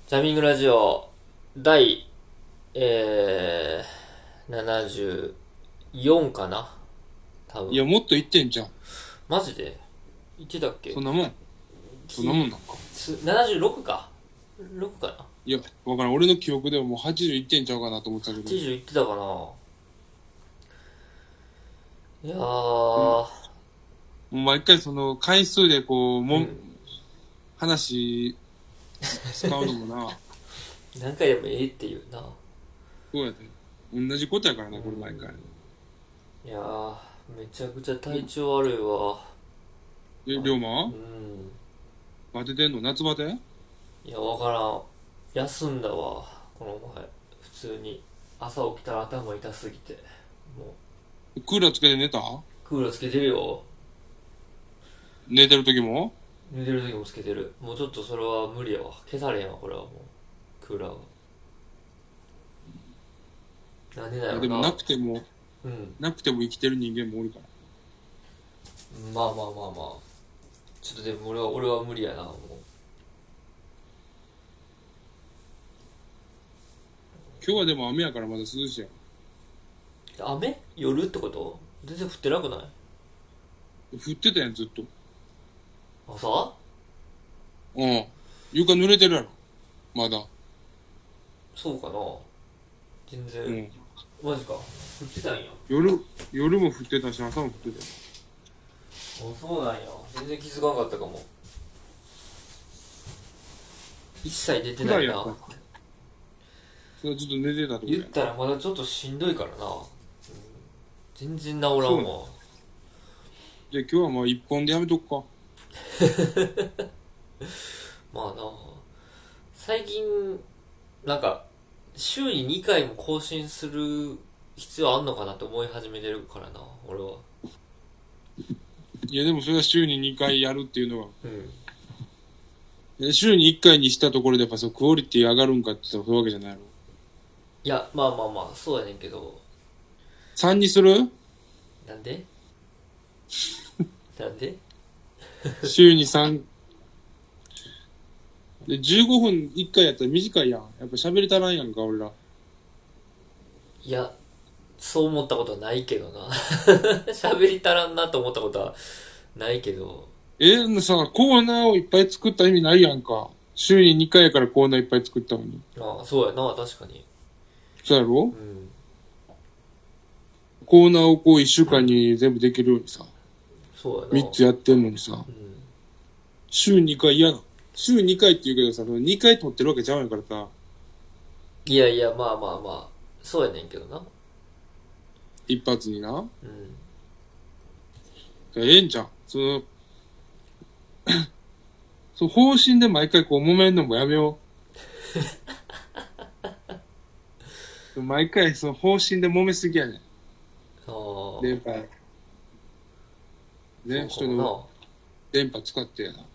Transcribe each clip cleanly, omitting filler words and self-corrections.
ジャミングラジオ第、74かな多分。 いや、もっと言ってんじゃん。 マジで言ってたっけ？ そんなもん。そんなもんなんか。 76か ?6 かな？ いや、わからん。俺の記憶ではもう80いってんちゃうかなと思ってたけど。 80 言ってたかな。いやー、 もう毎回その回数でこう、話使うのもな。 何回でもええっていうな。 そうやで。同じことやからな、これ毎回。 いやー、めちゃくちゃ体調悪いわ。 龍馬うん。 バテてんの？夏バテ？ いや、わからん。休んだわ、この前。普通に。朝起きたら頭痛すぎて。もクーラーつけて寝た？ う、クーラーつけてるよ。 寝てる時も？ 寝てる時もつけてる。もうちょっとそれは無理やわ。消されへんわ、これはもう。クーラーは。なんでだろうな。 でもなくても、 うん。 なくても生きてる人間もおるから。 まあまあまあまあ。ちょっとでも俺は無理やな、もう。 今日はでも雨やからまだ涼しいやん。 雨夜ってこと？全然降ってなくない？ 降ってたやん、ずっと。 朝？ うん。床濡れてるやろ。まだ。 そうかな。全然。 うん。 マジか。降ってたんや。 夜も降ってたし、朝も降ってたよ。 あ、そうなんや。全然気づかなかったかも。一切出てないな。 暗いやった。それはずっと寝てたとこや。 言ったらまだちょっとしんどいからな。全然治らんわ。 じゃあ今日はもう一本でやめとくか。 まあな。最近、なんか、週に2回も更新する必要あんのかなって思い始めてるからな、俺は。 いやでもそれは週に2回やるっていうのは、 うん。 週に1回にしたところでやっぱそうクオリティ上がるんかって言ったらそういうわけじゃないの。 いや、まあまあまあ、そうやねんけど、 3にする？ なんでなんで？ 週に3。で、15分1回やったら短いやん。やっぱ喋り足らんやんか、俺ら。 いや、そう思ったことはないけどな。喋り足らんなと思ったことはないけど、 さ、コーナーをいっぱい作った意味ないやんか。週に2回やからコーナーいっぱい作ったのに。 ああ、そうやな、確かに。 そうやろ？ うん。 コーナーをこう1週間に全部できるようにさ、 そうやな。 3つやってんのにさ、 うん。 週2回嫌な。週2回って言うけどさ、その2回撮ってるわけちゃうんやからさ、 いやいや、まあまあまあ、そうやねんけどな。 一発にな。 うん。 ええんじゃん。その方針で毎回こう揉めんのもやめよう。毎回その方針で揉めすぎやねん。 ああ、 電波。ね、 そうかも人の電波使ってやな。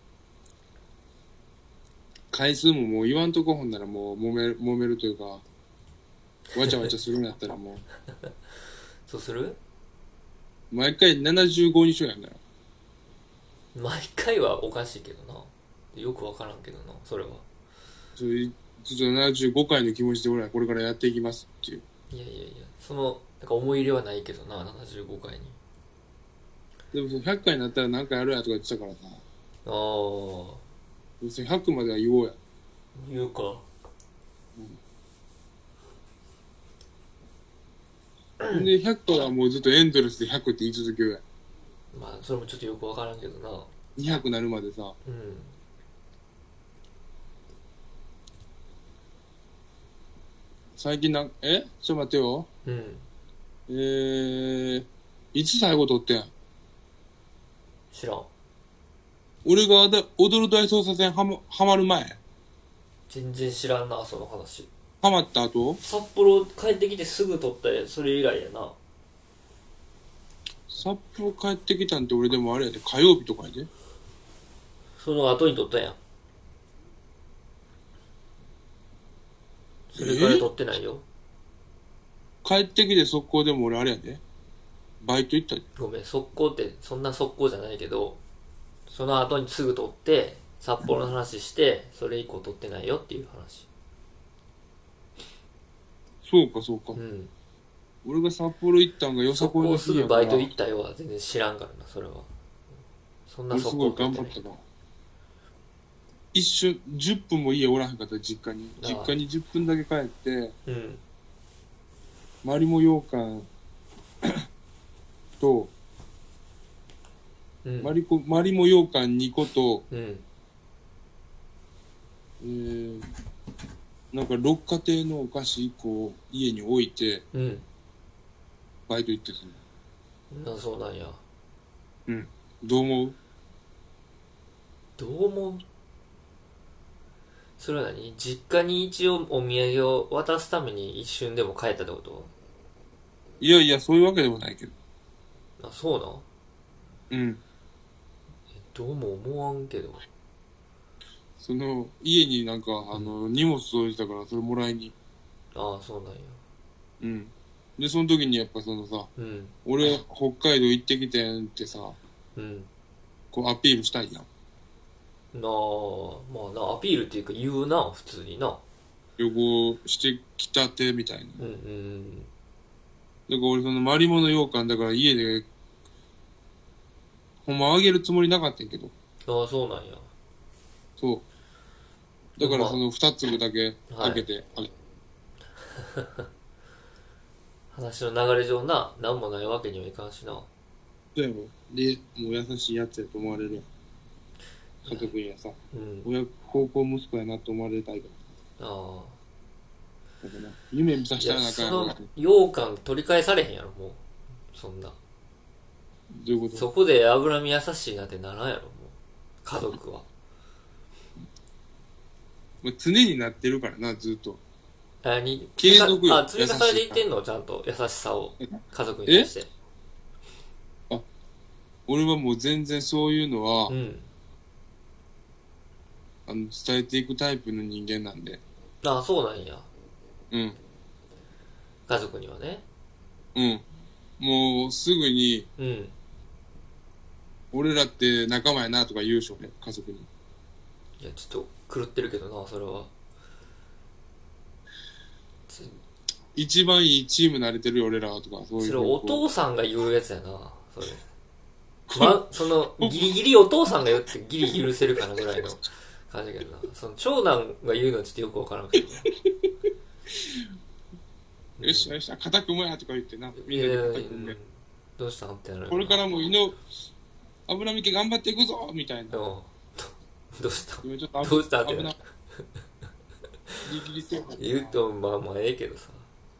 回数ももう言わんとこほんならもう揉めるというか、わちゃわちゃするんやったらもな。そうする？ 毎回75にしようやんだよ。 毎回はおかしいけどな。よくわからんけどな、それは。 そういうちょっと75回の気持ちで俺らこれからやっていきますっていう。 いやいやいや、なんか思い入れはないけどな、75回に。 でもその100回になったら何回やるやとか言ってたからさ、 ああ、 別に100までは言おうや。 言うか。 で、100回はもうずっとエンドレスで100って言い続けようや。 まあ、それもちょっとよくわからんけどな。 200なるまでさ、 うん。 最近ちょっと待ってよ。 うん。 いつ最後撮ってん？ 知らん。 俺が踊る大捜査線はまる前？ 全然知らんな、その話。 はまった後？ 札幌帰ってきてすぐ撮って、それ以来やな。 札幌帰ってきたんって俺でもあれやで、火曜日とかやで。 その後に撮ったやん。それから撮ってないよ。 帰ってきて速攻でも俺あれやで。バイト行ったで。 ごめん、速攻って、そんな速攻じゃないけど、その後にすぐ撮って、 札幌の話してそれ以降取ってないよっていう話。 そうかそうか。 うん。 俺が札幌行ったんがよさこいのそこをす日やから、 ぐバイト行ったよは全然知らんからな、それは。そんな俺す速ごい頑攻取ってない。 張ったな。一瞬、10分も家おらへんかった実家に。 ああ実家に10分だけ帰って、 うん。 マリモ羊羹と、 うん。 マリモ羊羹2個と、 うん。 なんか六花亭のお菓子1個を家に置いて、 うん。 バイト行ってする。 そうなんや。 うん。どう思う？ どう思う？それは何？実家に一応お土産を渡すために一瞬でも帰ったってこと？ いやいや、そういうわけでもないけど。 あ、そうなん？ うん。 どうも思わんけど。 家になんか、荷物置いてたから、それもらいに。 ああ、そうなんや。 うん。で、その時にやっぱさ、 うん。 俺、北海道行ってきてんってさ、 うん。 こうアピールしたいやん。 なあ、まあな、アピールっていうか言うな、普通にな。 旅行してきたて、みたいな。 うんうん。 だから俺マリモの羊羹だから家で、ほんまあげるつもりなかったんやけど。 ああ、そうなんや。 そう。だからまあ 2粒だけ開けて、 話の流れ上な、なんもないわけにはいかんしな。 そうやろ。で、もう優しいやつやと思われるやん。家族にはさ、 うん。 高校息子やなと思われたいかああ。 ら。だからな、夢見させいや、 たらなあかんやろ。 その、羊羹取り返されへんやろ、もう。そんな。 どういうこと？ そこで脂身優しいなってならんやろ、もう。家族は。 まあ、常になってるからな、ずっと。継積続よ。 み重ねていってんの？ちゃんと優しさを。家族に対えして。 あ、俺はもう全然そういうのは、 うん。 伝えていくタイプの人間なんで。 ああ、そうなんや。 うん。 家族にはね。 うん。もうすぐに、 うん。 俺らって仲間やなとか言うでしょね、家族に。 いや、ちょっと狂ってるけどな、それは。 一番いいチーム慣れてるよ、俺らはとか、そういう。 それお父さんが言うやつやな、それ。ギリギリお父さんが言ってギリ許せるかなぐらいの感じだけどな。長男が言うのはちょっとよくわからんけど。 よっしゃよっしゃ、肩組むやとか言ってな、みんなで肩組んで。 どうしたんってなる。 これからも油身家頑張っていくぞみたいな。 どうした今ちょっとどうしたって危な。ギリギリセーフ。 言うと、まあまあええけどさ。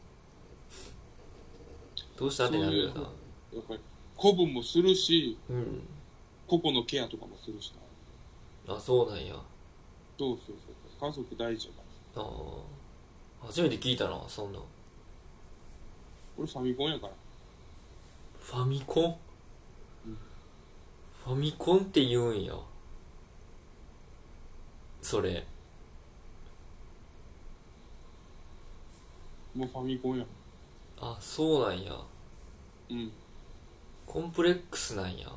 どうしたってなるよな。 やっぱり、古文もするし、 うん。 個々のケアとかもするしな。 あ、そうなんや。 そうそうそう。家族大事やから。 ああ。初めて聞いたな、そんなん。 俺ファミコンやから。 ファミコン、 うん、 ファミコンって言うんや。それ。 もうファミコンや。 あ、そうなんや。 うん。 コンプレックスなんや。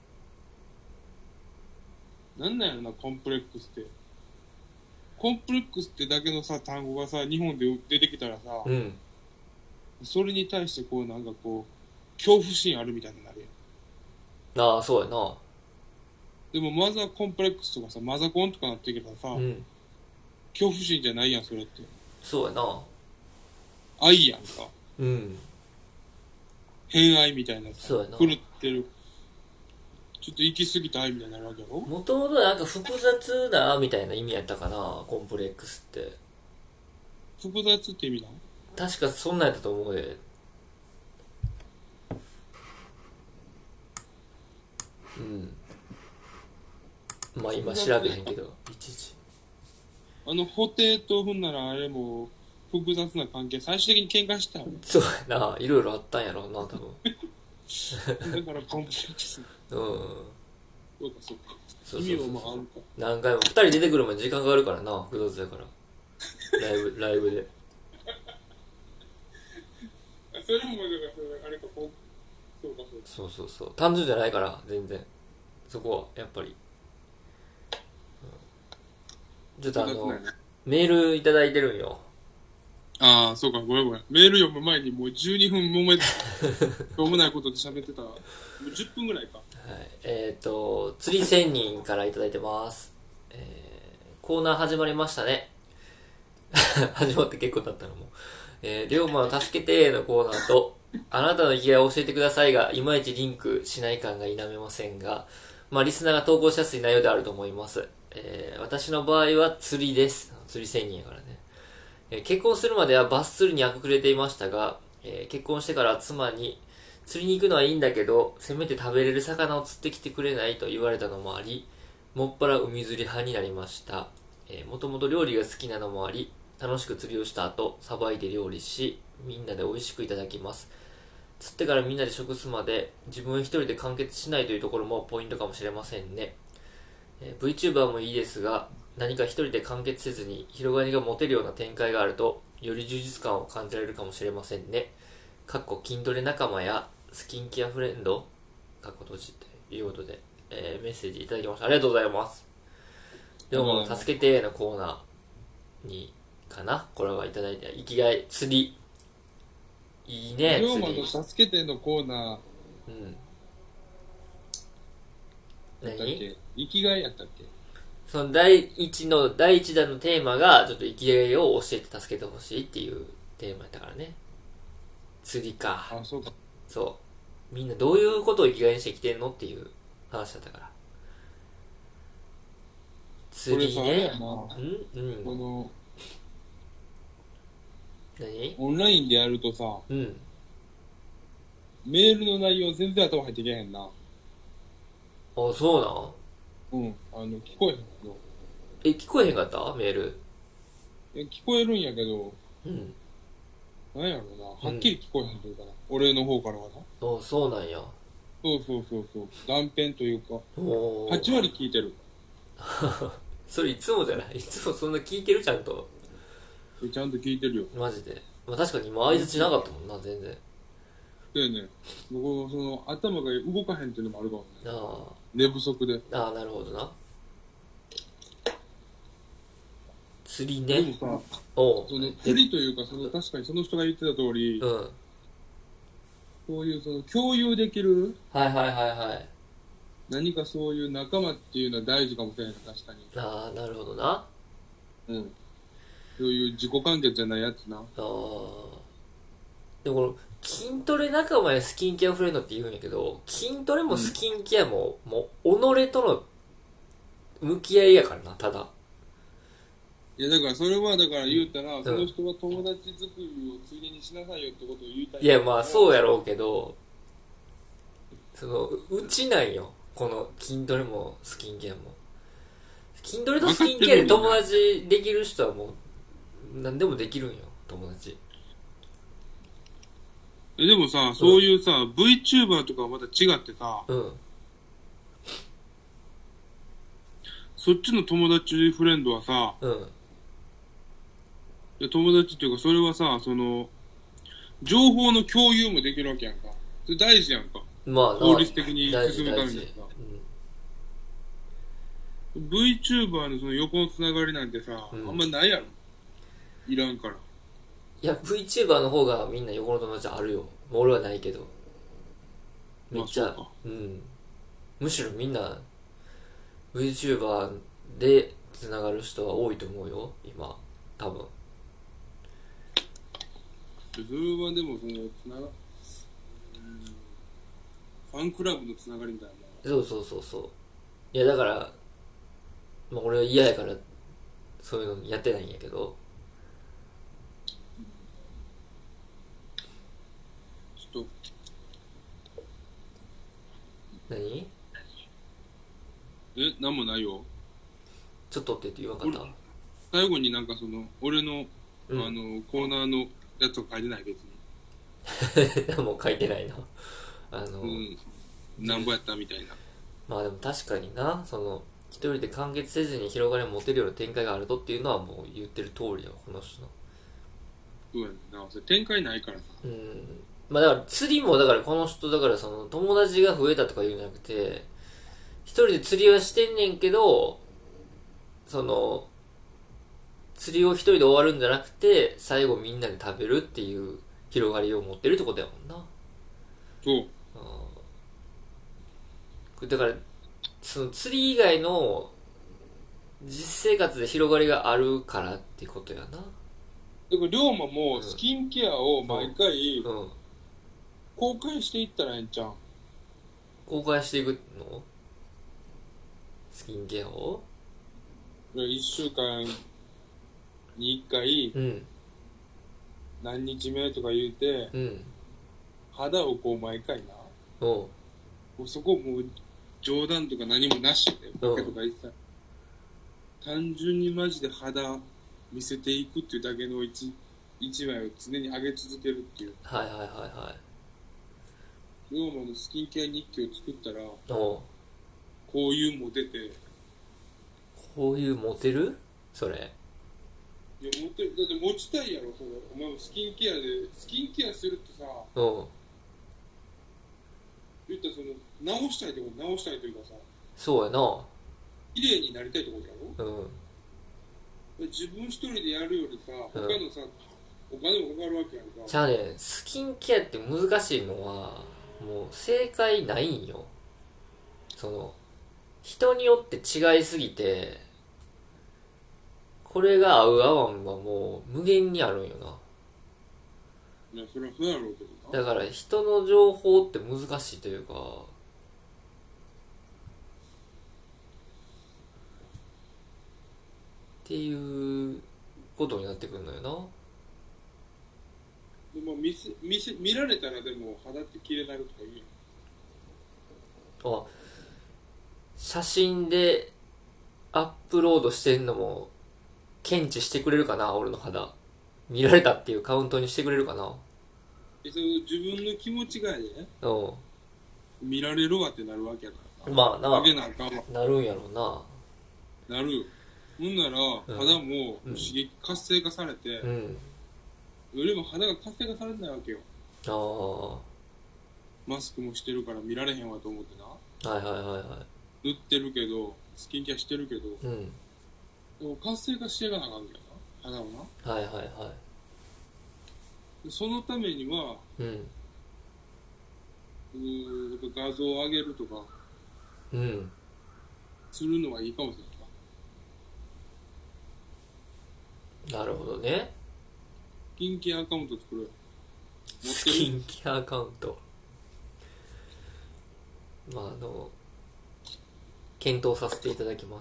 なんなんやろな、コンプレックスって。コンプレックスってだけのさ、単語がさ、日本で出てきたらさ、 うん。 それに対してなんか恐怖心あるみたいになるやん。 ああ、そうやな。 でもマザーコンプレックスとかさ、マザコンとかなってきたらさ、 うん。 恐怖心じゃないやん、それって。 そうやな。 愛やんか。 うん。 偏愛みたいなさ、 そうやな。 狂ってる。ちょっと行き過ぎた愛みたいになるわけやろ。 もともとなんか複雑なみたいな意味やったかな、コンプレックスって。 複雑って意味なの？ 確かそんなんやったと思うで。うん。まあ今調べへんけど、いちいち。 布袋と踏んならあれも複雑な関係、最終的に喧嘩したよ。 そうやな。いろいろあったんやろうな、多分。 だからコンプレックス。 うん。 そうかそうか。 そうそうそう意味はまああるか。 何回も。二人出てくるまで時間かかるからな、複雑だから。ライブで。 それもだからあれか、そうかそうか。 そうそうそう。単純じゃないから、全然。そこは、やっぱり。うんちょっと複雑なんやね。 メールいただいてるんよ。 ああ、そうか、ごめんごめん。メール読む前にもう12分もめ、しょうもないことで喋ってた。もう10分ぐらいか。 はい。釣り仙人からいただいてます。コーナー始まりましたね。始まって結構経ったのも。龍馬の助けてのコーナーと、あなたの生きがいを教えてくださいが、いまいちリンクしない感が否めませんが、まあ、リスナーが投稿しやすい内容であると思います。私の場合は釣りです。釣り仙人やからね。結婚するまではバス釣りに明くれていましたが、結婚してから妻に、釣りに行くのはいいんだけど、せめて食べれる魚を釣ってきてくれないと言われたのもあり、もっぱら海釣り派になりました。もともと料理が好きなのもあり、楽しく釣りをした後、さばいて料理し、みんなで美味しくいただきます。釣ってからみんなで食すまで、自分一人で完結しないというところもポイントかもしれませんね。VTuber もいいですが、何か一人で完結せずに広がりが持てるような展開があると、より充実感を感じられるかもしれませんね。かっこ筋トレ仲間やスキンケアフレンド、かっこ閉じということで、メッセージいただきました。ありがとうございます。でも、助けてのコーナーに、かなこれはいただいて、生きがい、釣り。いいね、 龍釣り。 馬の助けてのコーナうん。 ーやったっ何け？生きがいやったっけ？ その第一弾のテーマが、ちょっと生きがいを教えて助けてほしいっていうテーマやったからね。釣りか。 あ、そうか。 そう。みんなどういうことを生きがいにしてきてんのっていう話だったから。釣りこれさ、あれやね。 な。 うん。 この、 何オンラインでやるとさ、 うん。 メールの内容全然頭入ってけへんな。 あ、そうなんうん。聞こえへんの。 聞こえへんかったメール。 聞こえるんやけど、 うん。 なんやろな。はっきり聞こえへんというかな。俺の方からはな。 あ、そうなんや。 そうそうそうそう。断片というか、 おー。 8割聞いてる。 それいつもじゃないいつもそんな聞いてるちゃんと。 ちゃんと聞いてるよ。 マジで。まあ確かに今相槌なかったもんな、全然。 でね、僕、頭が動かへんっていうのもあるかもね。 あ寝不足で。 あ。ああ、なるほどな。釣りね。 でもさ、 おう。 釣りというか、確かにその人が言ってた通り、 うん。 そういう共有できる、 はいはいはいはい。 何かそういう仲間っていうのは大事かもしれない、確かに。 ああ、なるほどな。 うん。そういう自己完結じゃないやつな。 ああ。でもこの、筋トレ仲間やスキンケアフレンドって言うんやけど、筋トレもスキンケアも、もう、己との向き合いやからな、ただ。 いや、だからそれは、だから言うたら、 んその人は友達作りをついでにしなさいよってことを言いたい。 いや、まあ、そうやろうけど、うちなんよ。この筋トレもスキンケアも。筋トレとスキンケアで友達できる人はもう、何でもできるんよ、友達。 でもさ、そういうさ、VTuber とかはまた違ってさ、 うん。 そっちの友達フレンドはさ、 うん。 友達っていうか、それはさ、情報の共有もできるわけやんか。それ大事やんか。 まあな、 効率的に大事進むため大事。 にさ。 うん。 VTuber のその横のつながりなんてさ、 うんあんまないやろ。いらんから。 いや、VTuber の方がみんな横の友達あるよ。もう俺はないけど。めっちゃ、 まあそうかん。むしろみんな VTuber で繋がる人は多いと思うよ、今。多分。 それはでもファンクラブのつながりみたいなもん。 そうそうそうそう。いや、だから、まあ俺は嫌やから、そういうのやってないんやけど。 ちょっと、 何なんもないよ。 ちょっとって言わんかった最後になんか俺の、 うんコーナーのやつを書いてない別に。 何も書いてないな。 うん。なんぼやったみたいな。 まあでも確かにな、一人で完結せずに広がりを持てるような展開があるとっていうのはもう言ってる通りやわ、この人の。 そうやねんな。それ展開ないからさ。 うん。まあだから釣りもだからこの人だから友達が増えたとか言うんじゃなくて、一人で釣りはしてんねんけど、その、 釣りを一人で終わるんじゃなくて、最後みんなで食べるっていう広がりを持ってるってことやもんな。 そう。 これだから、その釣り以外の実生活で広がりがあるからってことやな。 だから龍馬もスキンケアを毎回公開していったらええんちゃん。 公開していくの？スキンケアを 1週間に1回何日目とか言うて、肌をこう毎回な、もうそこもう冗談とか何もなしでボケとか言ってた、単純にマジで肌見せていくっていうだけの一枚を常に上げ続けるっていう。 はいはいはいはい。 龍馬のスキンケア日記を作ったら、 こういうモテて。 こういうモテる？それ。 いや、モテる。だって持ちたいやろ、それ。お前もスキンケアで、スキンケアするってさ、言ったらその、直したいってこと、直したいというかさ、 そうやな。 綺麗になりたいってことやろ？自分一人でやるよりさ、他のさ、お金もかかるわけやんか。 じゃあね、スキンケアって難しいのは、もう正解ないんよ。その、人によって違いすぎて、これが合う合わんはもう無限にあるんよな。 いや、それはそうやろうけどな。だから人の情報って難しいというか、っていうことになってくるのよな。 でも見られたらでも肌って綺麗になるとか言うよ。あ、写真でアップロードしてんのも検知してくれるかな、俺の肌。見られたっていうカウントにしてくれるかな。 その自分の気持ちがね、見られるわってなるわけやからな。まあな。なるんやろうな。 なる。ほんなら、肌も刺激、活性化されて、よりも肌が活性化されてないわけよ。マスクもしてるから見られへんわと思ってな。 はいはいはいはい。 塗ってるけど、スキンケアしてるけど、でも活性化していかなあかんけどな、肌をな。 はいはいはい。 そのためには、画像を上げるとか、するのはいいかもしれない。 なるほどね。 スキンケアアカウント作る。 スキンケアアカウント。まあ検討させていただきます。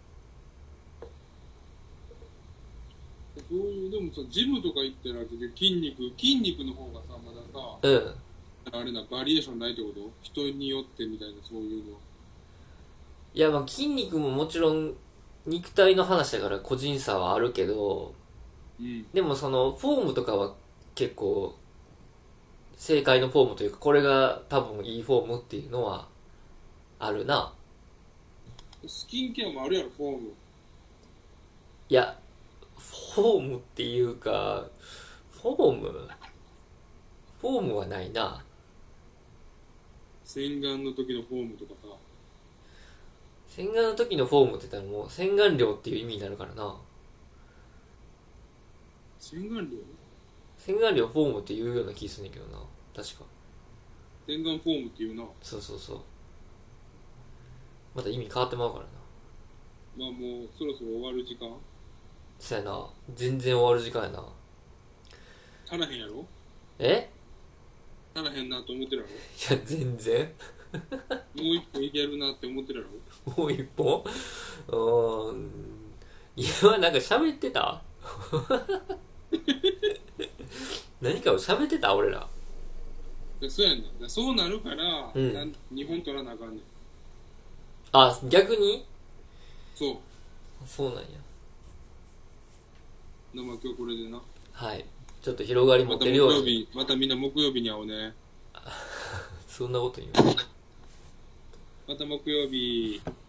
そういう、でもさ、ジムとか行ったら筋肉の方がさ、まださ、あれな、バリエーションないってこと？人によってみたいな、そういうの。 いや、まあ筋肉ももちろん肉体の話だから個人差はあるけど、でもそのフォームとかは結構正解のフォームというか、これが多分いいフォームっていうのはあるな。 スキンケアもあるやろ、フォーム。 いや、フォームっていうか、フォームはないな。 洗顔の時のフォームとかさ。 洗顔の時のフォームって言ったらもう洗顔料っていう意味になるからな。 洗顔料？ 洗顔料フォームって言うような気するんだけどな、確か。 洗顔フォームって言うな。 そうそうそう。また意味変わってまうからな。 まあもうそろそろ終わる時間？ そやな、全然終わる時間やな。 足らへんやろ？足らへんなと思ってるやろ？いや、全然。 もう一本いけるなって思ってるやろ？もう一本？今なんか喋ってた？何かを喋ってた俺ら。 そうやねん。そうなるから、日本取らなあかんねん。 あ、逆に？ そう。 そうなんや。 まあ今日これでな。 はい。ちょっと広がり持ってるように。またみんな木曜日に会おうね。 そんなこと言う。 また木曜日。